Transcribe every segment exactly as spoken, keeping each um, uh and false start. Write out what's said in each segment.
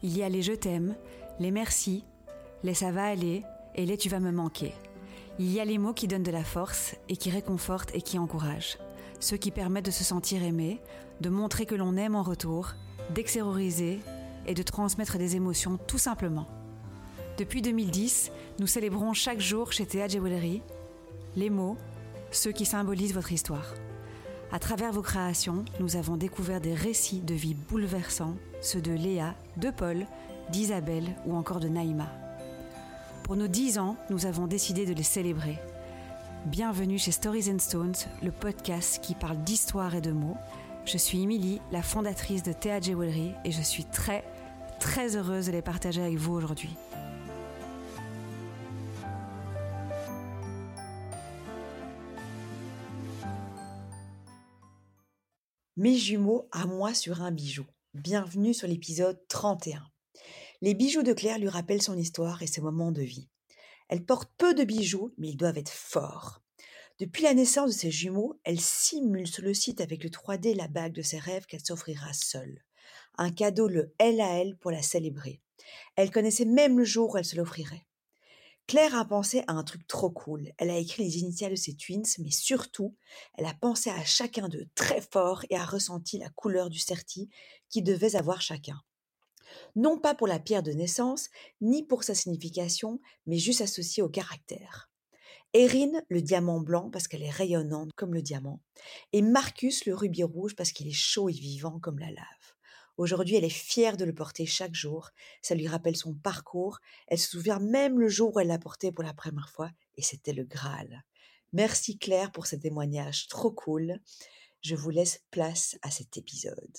Il y a les je t'aime, les merci, les ça va aller et les tu vas me manquer. Il y a les mots qui donnent de la force et qui réconfortent et qui encouragent. Ceux qui permettent de se sentir aimé, de montrer que l'on aime en retour, d'extérioriser et de transmettre des émotions tout simplement. Depuis deux mille dix, nous célébrons chaque jour chez T A Jewelry les mots, ceux qui symbolisent votre histoire. À travers vos créations, nous avons découvert des récits de vie bouleversants, ceux de Léa, de Paul, d'Isabelle ou encore de Naïma. Pour nos dix ans, nous avons décidé de les célébrer. Bienvenue chez Stories and Stones, le podcast qui parle d'histoire et de mots. Je suis Émilie, la fondatrice de T A Jewelry et je suis très, très heureuse de les partager avec vous aujourd'hui. Mes jumeaux à moi sur un bijou. Bienvenue sur l'épisode trente et un. Les bijoux de Claire lui rappellent son histoire et ses moments de vie. Elle porte peu de bijoux, mais ils doivent être forts. Depuis la naissance de ses jumeaux, elle simule sur le site avec le trois D la bague de ses rêves qu'elle s'offrira seule. Un cadeau le elle à elle pour la célébrer. Elle connaissait même le jour où elle se l'offrirait. Claire a pensé à un truc trop cool. Elle a écrit les initiales de ses twins, mais surtout, elle a pensé à chacun d'eux très fort et a ressenti la couleur du certi qu'ils devaient avoir chacun. Non pas pour la pierre de naissance, ni pour sa signification, mais juste associée au caractère. Erin, le diamant blanc parce qu'elle est rayonnante comme le diamant, et Marcus, le rubis rouge parce qu'il est chaud et vivant comme la lave. Aujourd'hui, elle est fière de le porter chaque jour. Ça lui rappelle son parcours. Elle se souvient même le jour où elle l'a porté pour la première fois et c'était le Graal. Merci Claire pour ce témoignage trop cool. Je vous laisse place à cet épisode.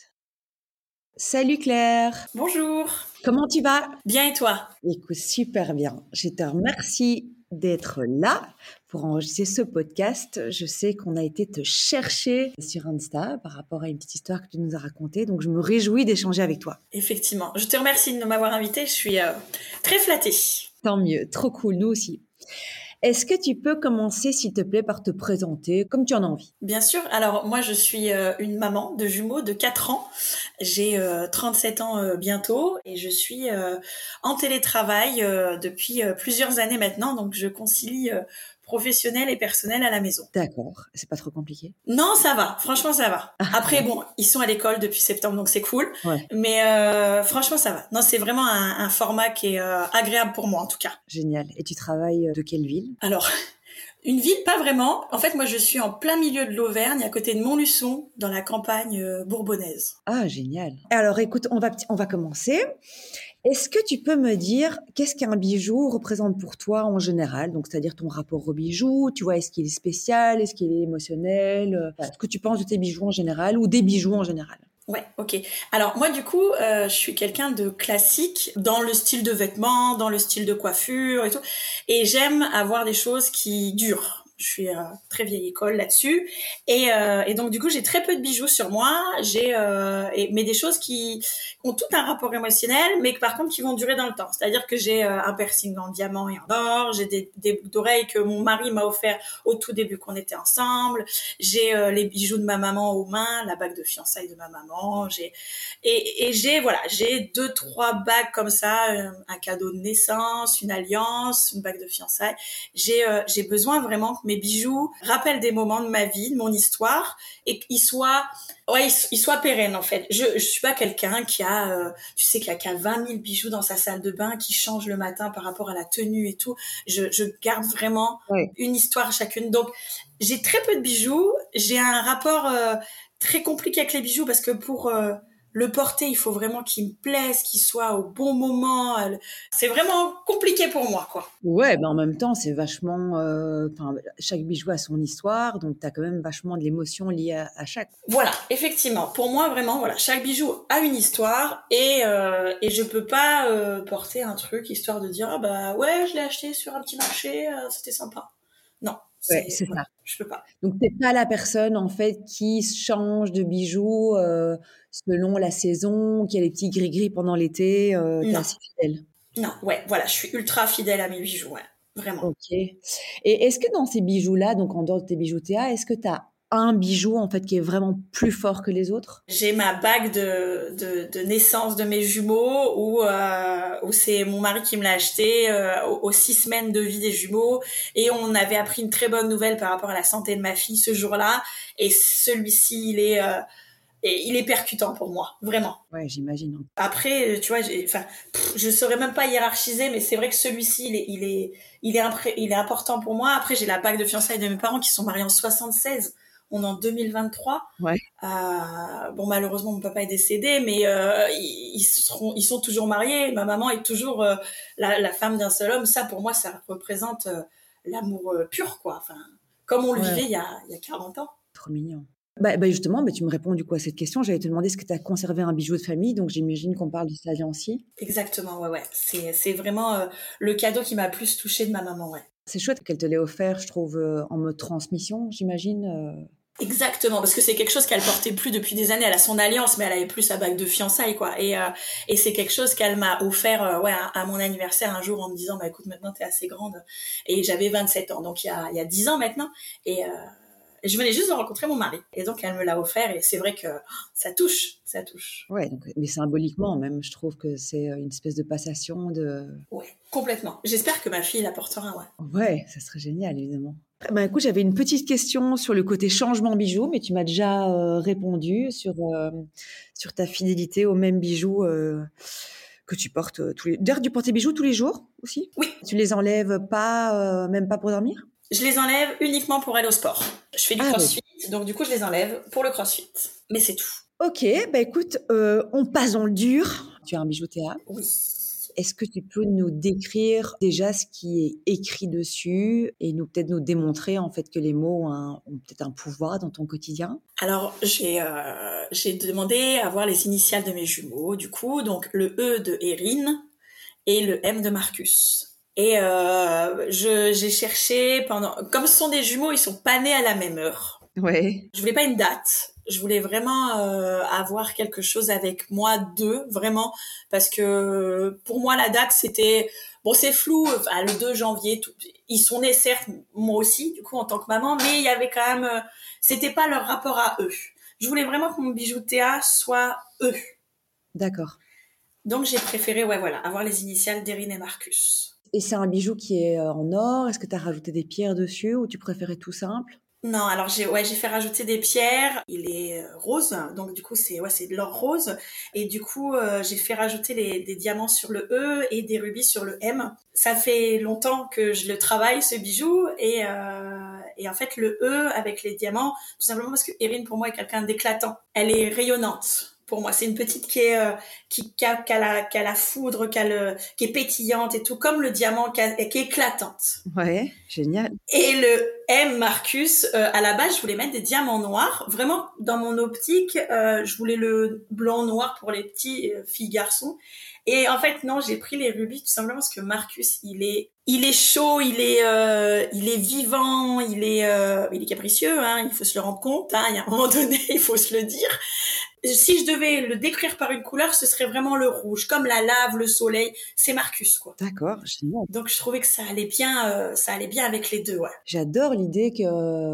Salut Claire. Bonjour. Comment tu vas? Bien et toi? Écoute, super bien. Je te remercie d'être là pour enregistrer ce podcast. Je sais qu'on a été te chercher sur Insta par rapport à une petite histoire que tu nous as racontée, donc je me réjouis d'échanger avec toi. Effectivement. Je te remercie de m'avoir invitée. Je suis euh, très flattée. Tant mieux. Trop cool. Nous aussi. Est-ce que tu peux commencer, s'il te plaît, par te présenter comme tu en as envie? Bien sûr. Alors, moi, je suis euh, une maman de jumeaux de quatre ans. J'ai euh, trente-sept ans euh, bientôt et je suis euh, en télétravail euh, depuis euh, plusieurs années maintenant. Donc, je concilie euh, professionnel et personnel à la maison. D'accord. C'est pas trop compliqué? Non, ça va. Franchement, ça va. Après, bon, ils sont à l'école depuis septembre, donc c'est cool. Ouais. Mais euh, franchement, ça va. Non, c'est vraiment un, un format qui est euh, agréable pour moi, en tout cas. Génial. Et tu travailles de quelle ville? Alors, une ville, pas vraiment. En fait, moi, je suis en plein milieu de l'Auvergne, à côté de Montluçon, dans la campagne euh, bourbonnaise. Ah, génial. Alors, écoute, on va, on va commencer. Est-ce que tu peux me dire qu'est-ce qu'un bijou représente pour toi en général? Donc, c'est-à-dire ton rapport au bijou, tu vois, est-ce qu'il est spécial, est-ce qu'il est émotionnel? Voilà, ce que tu penses de tes bijoux en général ou des bijoux en général? Ouais, ok. Alors moi du coup, euh, je suis quelqu'un de classique dans le style de vêtements, dans le style de coiffure et tout, et j'aime avoir des choses qui durent. Je suis euh, très vieille école là-dessus, et, euh, et donc du coup j'ai très peu de bijoux sur moi. J'ai, euh, et, mais des choses qui ont tout un rapport émotionnel, mais que par contre qui vont durer dans le temps. C'est-à-dire que j'ai euh, un piercing en diamant et en or, j'ai des, des boucles d'oreilles que mon mari m'a offert au tout début qu'on était ensemble. J'ai euh, les bijoux de ma maman aux mains, la bague de fiançailles de ma maman. J'ai et, et j'ai voilà, j'ai deux trois bagues comme ça, euh, un cadeau de naissance, une alliance, une bague de fiançailles. J'ai euh, j'ai besoin vraiment que mes bijoux rappellent des moments de ma vie, de mon histoire, et qu'ils soient, ouais, ils soient pérennes en fait. Je, je suis pas quelqu'un qui a, euh, tu sais, qui a, qui a vingt mille bijoux dans sa salle de bain, qui change le matin par rapport à la tenue et tout. Je, je garde vraiment Ouais. une histoire chacune. Donc, j'ai très peu de bijoux. J'ai un rapport euh, très compliqué avec les bijoux parce que pour euh, le porter, il faut vraiment qu'il me plaise, qu'il soit au bon moment. C'est vraiment compliqué pour moi, quoi. Ouais, ben en même temps, c'est vachement... euh, Enfin, chaque bijou a son histoire, donc tu as quand même vachement de l'émotion liée à, à chaque. Voilà, effectivement. Pour moi, vraiment, voilà, chaque bijou a une histoire et euh, et je peux pas euh, porter un truc histoire de dire ah bah ouais, je l'ai acheté sur un petit marché, euh, c'était sympa. Non, c'est, Ouais, c'est voilà, ça. je peux pas. Donc, t'es pas la personne, en fait, qui change de bijoux euh, selon la saison, qui a les petits gris-gris pendant l'été. Euh, t'es Non, assez fidèle. non, ouais, voilà, je suis ultra fidèle à mes bijoux, ouais, vraiment. Ok. Et est-ce que dans ces bijoux-là, donc en dehors de tes bijoux Théa, est-ce que tu as un bijou en fait qui est vraiment plus fort que les autres? J'ai ma bague de, de, de naissance de mes jumeaux où, euh, où c'est mon mari qui me l'a acheté euh, aux, aux six semaines de vie des jumeaux, et on avait appris une très bonne nouvelle par rapport à la santé de ma fille ce jour-là, et celui-ci il est euh, et il est percutant pour moi, vraiment. Ouais, j'imagine. Après, tu vois, j'ai, enfin, pff, je saurais même pas hiérarchiser, mais c'est vrai que celui-ci, il est, il est, il est, impré- il est important pour moi. Après, j'ai la bague de fiançailles de mes parents qui sont mariés en soixante-seize. On est en deux mille vingt-trois. Ouais. Euh, bon, malheureusement, mon papa est décédé, mais euh, ils, ils seront, ils sont toujours mariés. Ma maman est toujours euh, la, la femme d'un seul homme. Ça, pour moi, ça représente euh, l'amour euh, pur, quoi. Enfin, comme on le Ouais. vivait il y a, il y a quarante ans. Trop mignon. Bah, bah justement, bah, tu me réponds du coup à cette question. J'allais te demander est-ce que tu as conservé un bijou de famille, donc j'imagine qu'on parle du Slavia aussi. Exactement, ouais, ouais. C'est, c'est vraiment euh, le cadeau qui m'a plus touchée de ma maman, ouais. C'est chouette qu'elle te l'ait offert, je trouve, euh, en mode transmission, j'imagine. euh. Exactement, parce que c'est quelque chose qu'elle portait plus depuis des années. Elle a son alliance, mais elle avait plus sa bague de fiançailles, quoi. Et euh, et c'est quelque chose qu'elle m'a offert, euh, ouais, à, à mon anniversaire un jour en me disant, bah écoute, maintenant t'es assez grande. Et j'avais vingt-sept ans, donc il y a il y a dix ans maintenant. Et euh, je venais juste de rencontrer mon mari, et donc elle me l'a offert. Et c'est vrai que oh, ça touche, ça touche. Ouais, donc, mais symboliquement même, je trouve que c'est une espèce de passation de. Ouais, complètement. J'espère que ma fille la portera, ouais. Ouais, ça serait génial, évidemment. Bah, écoute, j'avais une petite question sur le côté changement bijoux, mais tu m'as déjà euh, répondu sur, euh, sur ta fidélité aux mêmes bijoux euh, que tu portes euh, tous les... D'ailleurs, tu portes tes bijoux tous les jours aussi? Oui. Tu les enlèves pas, euh, même pas pour dormir? Je les enlève uniquement pour aller au sport. Je fais du Ah, crossfit, oui. Donc du coup je les enlève pour le crossfit. Mais c'est tout. Ok, bah écoute, euh, on passe dans le dur. Tu as un bijou Théa. Oui. Est-ce que tu peux nous décrire déjà ce qui est écrit dessus et nous peut-être nous démontrer en fait que les mots ont, un- ont peut-être un pouvoir dans ton quotidien? Alors j'ai euh, j'ai demandé à voir les initiales de mes jumeaux, du coup, donc le E de Erin et le M de Marcus. Et euh, je j'ai cherché pendant, comme ce sont des jumeaux, ils sont pas nés à la même heure. Ouais. Je voulais pas une date. Je voulais vraiment euh, avoir quelque chose avec moi d'eux, vraiment, parce que pour moi la date c'était bon, c'est flou. Enfin, le deux janvier, tout, ils sont nés certes, moi aussi, du coup en tant que maman, mais il y avait quand même, euh, c'était pas leur rapport à eux. Je voulais vraiment que mon bijou Théa soit eux. D'accord. Donc j'ai préféré, ouais voilà, avoir les initiales d'Erin et Marcus. Et c'est un bijou qui est euh, en or. Est-ce que tu as rajouté des pierres dessus ou tu préférais tout simple? Non, alors j'ai ouais j'ai fait rajouter des pierres. Il est euh, rose, donc du coup c'est ouais c'est de l'or rose, et du coup euh, j'ai fait rajouter les, des diamants sur le E et des rubis sur le M. Ça fait longtemps que je le travaille, ce bijou, et euh, et en fait le E avec les diamants, tout simplement parce que Erin pour moi est quelqu'un d'éclatant. Elle est rayonnante. Pour moi, c'est une petite qui est euh, qui, qui, a, qui, a la, qui a la foudre, qui, a le, qui est pétillante et tout, comme le diamant, qui, a, qui est éclatante. Ouais, génial. Et le M Marcus, euh, à la base, je voulais mettre des diamants noirs. Vraiment, dans mon optique, euh, je voulais le blanc noir pour les petits euh, filles garçons. Et en fait, non, j'ai pris les rubis tout simplement parce que Marcus, il est, il est chaud, il est, euh, il est vivant, il est, euh, il est capricieux. Hein, il faut se le rendre compte. Hein, il y a un moment donné, il faut se le dire. Si je devais le décrire par une couleur, ce serait vraiment le rouge, comme la lave, le soleil. C'est Marcus, quoi. D'accord, génial. Donc je trouvais que ça allait bien, euh, ça allait bien avec les deux, ouais. J'adore l'idée que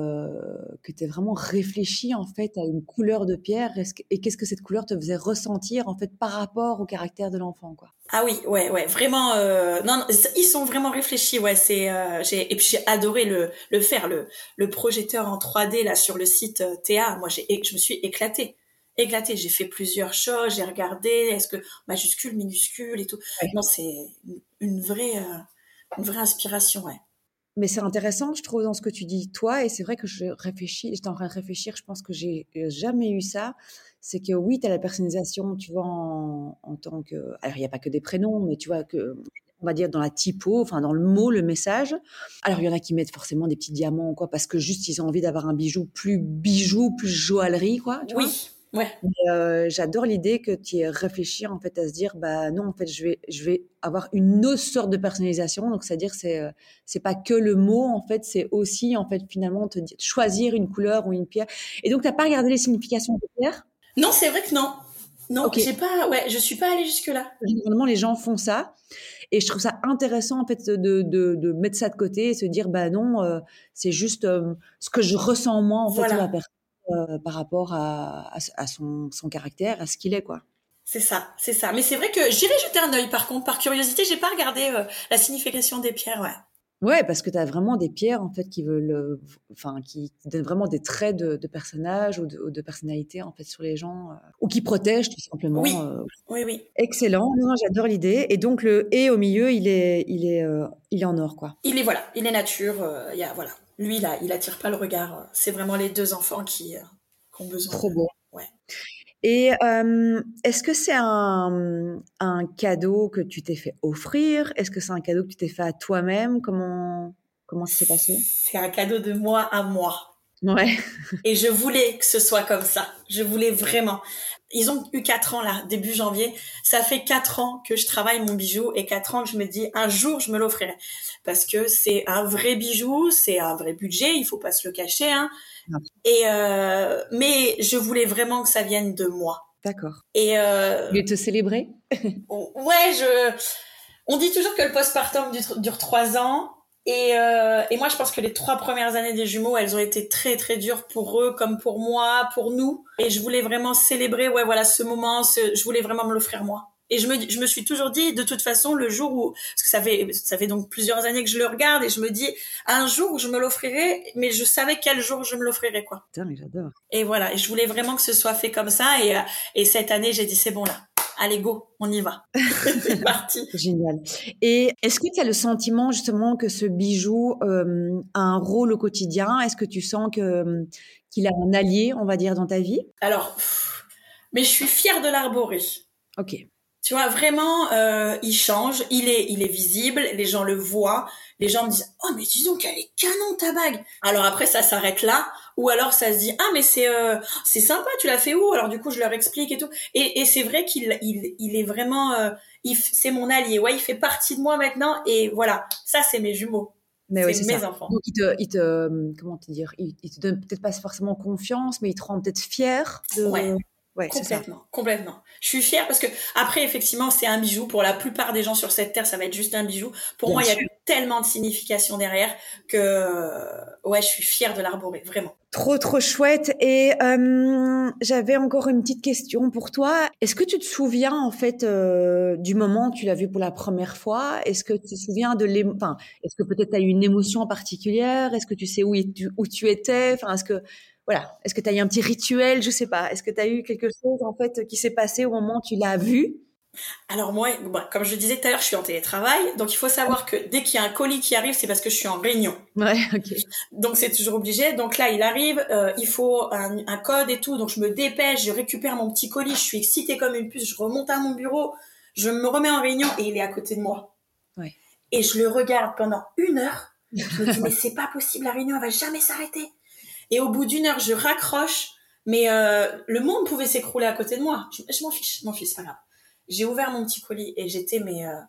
que tu aies vraiment réfléchi en fait à une couleur de pierre. Est-ce que- et qu'est-ce que cette couleur te faisait ressentir en fait par rapport au caractère de l'enfant, quoi. Ah oui, ouais, ouais, vraiment. Euh, non, non, ils sont vraiment réfléchis, ouais. C'est, euh, j'ai, et puis j'ai adoré le le faire, le le projecteur en trois D là sur le site euh, Théa. Moi, j'ai, je me suis éclatée. Éclatée, j'ai fait plusieurs choses, j'ai regardé, est-ce que majuscule, minuscule et tout. Ouais. Non, c'est une, une vraie, euh, une vraie inspiration, ouais. Mais c'est intéressant, je trouve, dans ce que tu dis, toi, et c'est vrai que je réfléchis, j'étais en train de réfléchir, je pense que j'ai euh, jamais eu ça. C'est que oui, tu as la personnalisation, tu vois, en, en tant que. Alors, il n'y a pas que des prénoms, mais tu vois, que, on va dire dans la typo, enfin, dans le mot, le message. Alors, il y en a qui mettent forcément des petits diamants ou quoi, parce que juste, ils ont envie d'avoir un bijou plus bijou, plus joaillerie, quoi. Tu vois. Oui, ouais. Mais, euh, j'adore l'idée que tu aies réfléchi en fait à se dire bah non en fait je vais je vais avoir une autre sorte de personnalisation, donc c'est à dire c'est euh, c'est pas que le mot en fait, c'est aussi en fait finalement te dire, choisir une couleur ou une pierre. Et donc t'as pas regardé les significations des pierres? Non, c'est vrai que non. Non, Ok. j'ai pas, ouais, je suis pas allée jusque-là. Généralement, les gens font ça. Et je trouve ça intéressant, en fait, de, de, de mettre ça de côté et se dire, bah non, euh, c'est juste euh, ce que je ressens moi, en fait, sur la Voilà, personne euh, par rapport à, à, à son, son caractère, à ce qu'il est, quoi. c'est ça, c'est ça. Mais c'est vrai que j'irai jeter un œil par contre, par curiosité, j'ai pas regardé euh, la signification des pierres, ouais. Ouais, parce que tu as vraiment des pierres, en fait, qui veulent, euh, v- enfin, qui, qui donnent vraiment des traits de, de personnage ou de, ou de personnalité, en fait, sur les gens, euh, ou qui protègent, tout simplement. Oui, euh. oui, oui. Excellent. Non, non, j'adore l'idée. Et donc, le et au milieu, il est, il est, euh, il est en or, quoi. Il est voilà, il est nature, euh, il y a voilà. Lui là, il attire pas le regard. euh, C'est vraiment les deux enfants qui, euh, qui ont besoin Trop de. beau. Ouais. Et euh, est-ce que c'est un, un cadeau que tu t'es fait offrir? Est-ce que c'est un cadeau que tu t'es fait à toi-même? Comment, comment ça s'est passé? C'est un cadeau de moi à moi. Ouais, Et je voulais que ce soit comme ça. Je voulais vraiment. Ils ont eu quatre ans là, début janvier. Ça fait quatre ans que je travaille mon bijou et quatre ans que je me dis un jour je me l'offrirai. Parce que c'est un vrai bijou, c'est un vrai budget, il faut pas se le cacher. Hein. Et euh, mais je voulais vraiment que ça vienne de moi. d'accord. Et Tu euh, voulais te célébrer? ouais, je. On dit toujours que le postpartum dure, dure trois ans. Et, euh, et moi, je pense que les trois premières années des jumeaux, elles ont été très très dures pour eux, comme pour moi, pour nous. Et je voulais vraiment célébrer, ouais, voilà, ce moment. Ce, je voulais vraiment me l'offrir moi. Et je me, je me suis toujours dit, de toute façon, le jour où, parce que ça fait, ça fait donc plusieurs années que je le regarde, et je me dis, un jour où je me l'offrirai, mais je savais quel jour je me l'offrirais, quoi. Putain, mais j'adore. Et voilà, et je voulais vraiment que ce soit fait comme ça. Et, euh, et cette année, j'ai dit, c'est bon là, allez go, on y va. C'est parti. Génial. Et est-ce que tu as le sentiment justement que ce bijou euh, a un rôle au quotidien? Est-ce que tu sens que euh, qu'il a un allié, on va dire, dans ta vie? Alors, pff, mais je suis fière de l'arborer. Ok. Tu vois, vraiment, euh, il change, il est, il est visible, les gens le voient, les gens me disent, oh mais dis donc, elle est canon ta bague. Alors après, ça s'arrête là, ou alors ça se dit, ah mais c'est, euh, c'est sympa, tu l'as fait où? Alors du coup, je leur explique et tout. Et, et c'est vrai qu'il, il, il est vraiment, euh, il, c'est mon allié. Ouais, il fait partie de moi maintenant. Et voilà, ça c'est mes jumeaux, Mais oui, c'est c'est mes ça. enfants. Donc, il te, il te, euh, comment te dire, il, il te donne peut-être pas forcément confiance, mais il te rend peut-être fier Ouais. de. Ouais, c'est ça. Complètement, complètement. Je suis fière parce que après effectivement c'est un bijou. Pour la plupart des gens sur cette terre, ça va être juste un bijou. Pour Bien moi, il y a sûr. tellement de signification derrière que euh, ouais, je suis fière de l'arborer, vraiment. Trop, trop chouette. Et euh, j'avais encore une petite question pour toi. Est-ce que tu te souviens, en fait, euh, du moment où tu l'as vu pour la première fois? Est-ce que tu te souviens de l'émo... Enfin, est-ce que peut-être tu as eu une émotion particulière? Est-ce que tu sais où, est- tu, où tu étais? Enfin, est-ce que... Voilà. Est-ce que tu as eu un petit rituel? Je sais pas. Est-ce que tu as eu quelque chose, en fait, qui s'est passé au moment où tu l'as vu? Alors moi, bon, comme je disais tout à l'heure, je suis en télétravail, donc il faut savoir que dès qu'il y a un colis qui arrive, c'est parce que je suis en réunion. Ouais, ok. Donc c'est toujours obligé. Donc là, il arrive, euh, il faut un, un code et tout. Donc je me dépêche, je récupère mon petit colis, je suis excitée comme une puce, je remonte à mon bureau, je me remets en réunion et il est à côté de moi. Ouais. Et je le regarde pendant une heure. Je me dis mais c'est pas possible, la réunion elle va jamais s'arrêter. Et au bout d'une heure, je raccroche, mais euh, le monde pouvait s'écrouler à côté de moi. Je, je m'en fiche, je m'en fiche, c'est pas grave. J'ai ouvert mon petit colis et j'étais mais euh,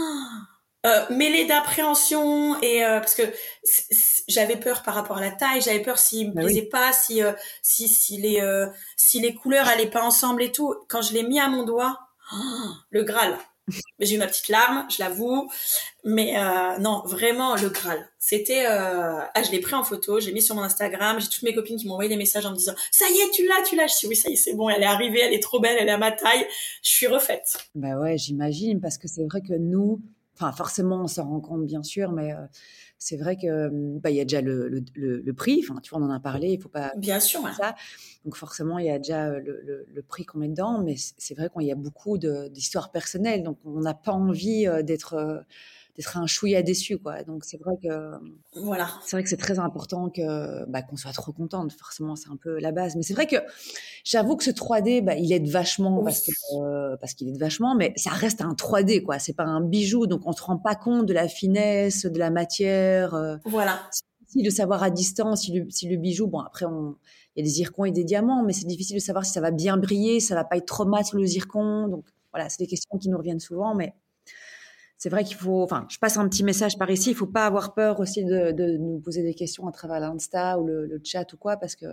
euh, mêlée d'appréhension et euh, parce que c- c- j'avais peur par rapport à la taille, j'avais peur s'il me Bah plaisait oui. pas, si euh, si si les euh, si les couleurs allaient pas ensemble et tout. Quand je l'ai mis à mon doigt, le Graal. J'ai eu ma petite larme, je l'avoue, mais euh, non, vraiment le Graal. C'était, euh... ah, je l'ai pris en photo, j'ai mis sur mon Instagram, j'ai toutes mes copines qui m'ont envoyé des messages en me disant, ça y est, tu l'as, tu l'as. Je dis oui, ça y est, c'est bon, elle est arrivée, elle est trop belle, elle est à ma taille, je suis refaite. Bah ouais, j'imagine, parce que c'est vrai que nous, enfin forcément on s'en rend compte bien sûr, mais euh, c'est vrai que bah il y a déjà le, le, le, le prix, enfin tu vois on en a parlé, il faut pas Bien sûr, hein. ça, donc forcément il y a déjà euh, le, le, le prix qu'on met dedans, mais c'est c'est vrai qu'il y a beaucoup de, d'histoires personnelles, donc on n'a pas envie euh, d'être euh, d'être un chouïa déçu quoi, donc c'est vrai que Voilà. c'est vrai que c'est très important que bah, qu'on soit trop contente, forcément c'est un peu la base, mais c'est vrai que j'avoue que ce trois D, bah, il aide vachement Oui. parce que euh, parce qu'il aide vachement, mais ça reste un trois D quoi. C'est pas un bijou, donc on se rend pas compte de la finesse, de la matière. euh. Voilà. C'est difficile de savoir à distance si le, si le bijou. Bon après, on, il y a des zircons et des diamants, mais c'est difficile de savoir si ça va bien briller, ça va pas être trop mat sur le zircon. Donc voilà, c'est des questions qui nous reviennent souvent, mais c'est vrai qu'il faut. Enfin, je passe un petit message par ici. Il faut pas avoir peur aussi de, de nous poser des questions à travers l'Insta ou le, le chat ou quoi, parce que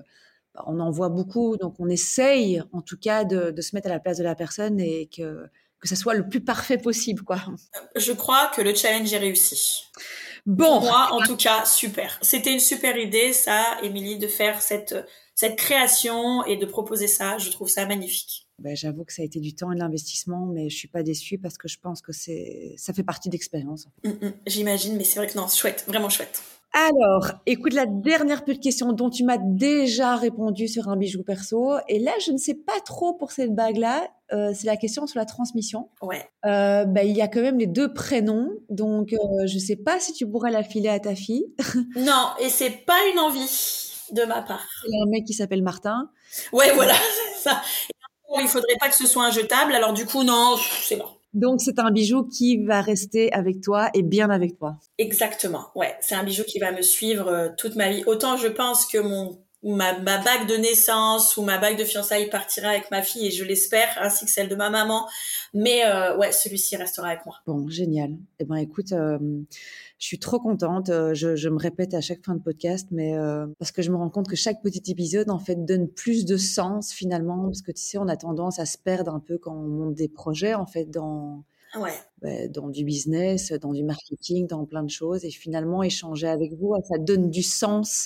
on en voit beaucoup, donc on essaye en tout cas de, de se mettre à la place de la personne et que, que ça soit le plus parfait possible, quoi. Je crois que le challenge est réussi. Bon. Pour moi, en tout cas, super. C'était une super idée, ça, Émilie, de faire cette, cette création et de proposer ça. Je trouve ça magnifique. Ben, j'avoue que ça a été du temps et de l'investissement, mais je suis pas déçue parce que je pense que c'est, ça fait partie d'expérience. Mm, mm, j'imagine, mais c'est vrai que non, chouette, vraiment chouette. Alors, écoute, la dernière petite question dont tu m'as déjà répondu sur un bijou perso, et là, je ne sais pas trop pour cette bague-là, euh, c'est la question sur la transmission. Ouais. Euh, ben, il y a quand même les deux prénoms, donc euh, je sais pas si tu pourrais la filer à ta fille. Non, et c'est pas une envie de ma part. Il y a un mec qui s'appelle Martin. Ouais, voilà, c'est ça. Et il faudrait pas que ce soit un jetable, alors du coup, non, c'est bon. Donc, c'est un bijou qui va rester avec toi et bien avec toi. Exactement, ouais. C'est un bijou qui va me suivre euh, toute ma vie. Autant je pense que mon ma, ma bague de naissance ou ma bague de fiançailles partira avec ma fille, et je l'espère, ainsi que celle de ma maman. Mais euh, ouais, celui-ci restera avec moi. Bon, génial. Eh ben, écoute, euh, je suis trop contente. Je, je me répète à chaque fin de podcast, mais euh, parce que je me rends compte que chaque petit épisode, en fait, donne plus de sens finalement, parce que tu sais, on a tendance à se perdre un peu quand on monte des projets, en fait, dans Ouais. bah, dans du business, dans du marketing, dans plein de choses. Et finalement, échanger avec vous, ça donne du sens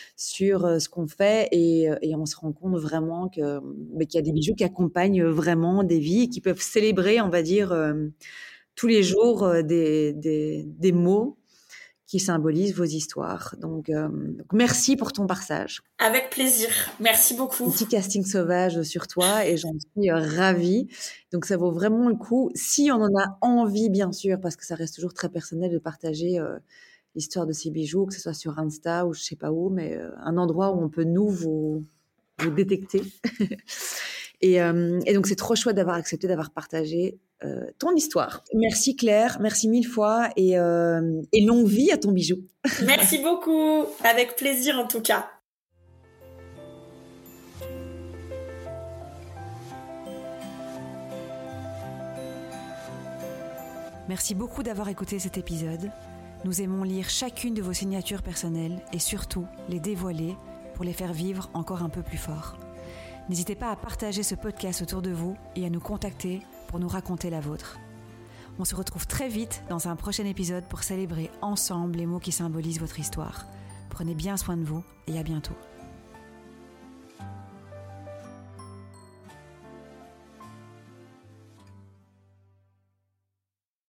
sur euh, ce qu'on fait, et, et on se rend compte vraiment que bah, qu'il y a des bijoux qui accompagnent vraiment des vies et qui peuvent célébrer, on va dire, euh, tous les jours euh, des, des, des mots qui symbolisent vos histoires. Donc, euh, donc, merci pour ton partage. Avec plaisir. Merci beaucoup. Un petit casting sauvage sur toi et j'en suis ravie. Donc, ça vaut vraiment le coup. Si on en a envie, bien sûr, parce que ça reste toujours très personnel de partager euh, l'histoire de ces bijoux, que ce soit sur Insta ou je sais pas où, mais euh, un endroit où on peut nous vous, vous détecter. et, euh, et donc, c'est trop chouette d'avoir accepté, d'avoir partagé Euh, ton histoire. Merci Claire, merci mille fois et, euh, et longue vie à ton bijou. Merci beaucoup, avec plaisir en tout cas. Merci beaucoup d'avoir écouté cet épisode. Nous aimons lire chacune de vos signatures personnelles et surtout les dévoiler pour les faire vivre encore un peu plus fort. N'hésitez pas à partager ce podcast autour de vous et à nous contacter pour nous raconter la vôtre. On se retrouve très vite dans un prochain épisode pour célébrer ensemble les mots qui symbolisent votre histoire. Prenez bien soin de vous et à bientôt.